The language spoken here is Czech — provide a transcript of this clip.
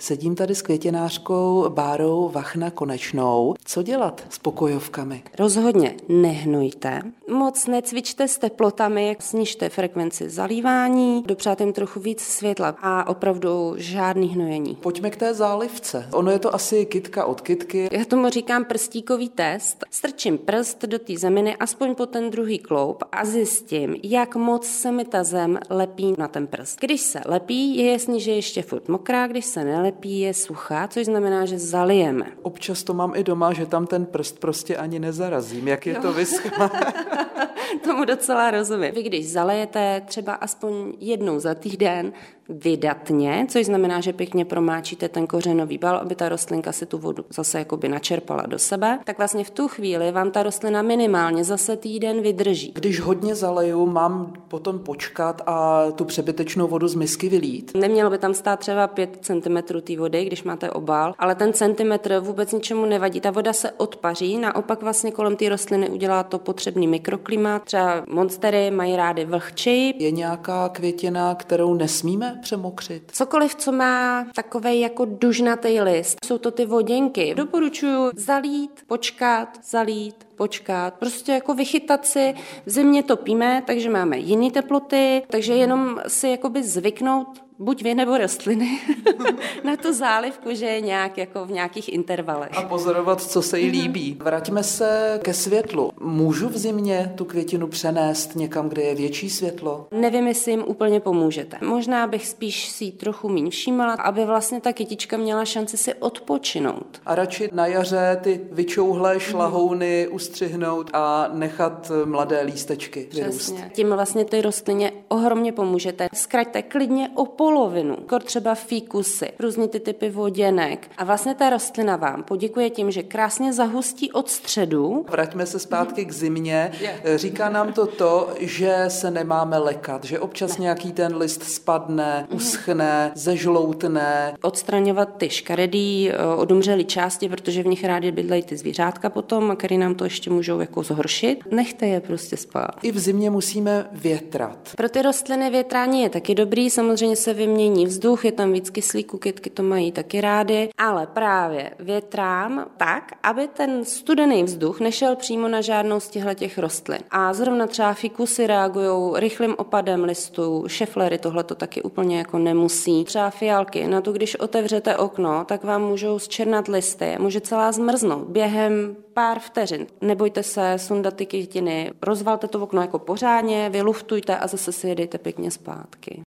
Sedím tady s květinářkou Bárou Vachna-Konečnou. Co dělat s pokojovkami? Rozhodně nehnojte. Moc necvičte s teplotami, snižte frekvenci zalívání, dopřát jim trochu víc světla a opravdu žádný hnojení. Pojďme k té zálivce. Ono je to asi kytka od kytky. Já tomu říkám prstíkový test. Strčím prst do té zeminy aspoň po ten druhý kloup a zjistím, jak moc se mi ta zem lepí na ten prst. Když se lepí, je jasný, že ještě furt mokrá, když se nelepí, je suchá, což znamená, že zalijeme. Občas to mám i doma, že tam ten prst prostě ani nezarazím. Jak je to vyschlé? Tomu docela rozumím. Vy když zalejete třeba aspoň jednou za týden vydatně, což znamená, že pěkně promáčíte ten kořenový bal, aby ta rostlinka si tu vodu zase jakoby načerpala do sebe, tak vlastně v tu chvíli vám ta rostlina minimálně zase týden vydrží. Když hodně zaleju, mám potom počkat a tu přebytečnou vodu z misky vylít? Nemělo by tam stát třeba 5 cm té vody, když máte obal, ale ten centimetr vůbec ničemu nevadí. Ta voda se odpaří, naopak vlastně kolem té rostliny udělá to potřebný mikroklima. Třeba monstery mají rády vlhčej. Je nějaká květina, kterou nesmíme přemokřit? Cokoliv, co má takovej jako dužnatý list, jsou to ty voděnky. Doporučuji zalít, počkat, prostě jako vychytat si. V zimě topíme, takže máme jiné teploty, takže jenom si jakoby zvyknout buď vy nebo rostliny na tu zálivku, že je nějak jako v nějakých intervalech. A pozorovat, co se jí líbí. Vraťme se ke světlu. Můžu v zimě tu květinu přenést někam, kde je větší světlo? Nevím, jestli jim úplně pomůžete. Možná bych spíš si trochu míň všímala, aby vlastně ta kytička měla šanci si odpočinout. A radši na jaře ty vyčouhlé šlahouny ustřihnout a nechat mladé lístečky vyrůst. Přesně. Tím vlastně ty rostlině ohromně pomůžete. Zkraťte klidně o polovinu, třeba fíkusy, různý ty typy voděnek. A vlastně ta rostlina vám poděkuje tím, že krásně zahustí od středu. Vraťme se zpátky k zimě. Říká nám to, že se nemáme lekat, že občas nějaký ten list spadne, uschne, zežloutne. Odstraňovat ty škaredý, odumřelý části, protože v nich rádi bydlejí ty zvířátka potom, které nám to ještě můžou jako zhoršit. Nechte je prostě spát. I v zimě musíme větrat. Pro ty rostliny větrání je taky dobrý, samozřejmě se vymění vzduch, je tam víc kyslíku, kytky to mají taky rády, ale právě větrám tak, aby ten studený vzduch nešel přímo na žádnou z těch rostlin. A zrovna třeba fikusy reagují rychlým opadem listů, šeflery tohle to taky úplně jako nemusí. Třeba fialky, na to když otevřete okno, tak vám můžou zčernat listy, může celá zmrznout během pár vteřin. Nebojte se sundat ty květiny, rozvalte to okno jako pořádně, vyluftujte a zase si jedejte pěkně zpátky.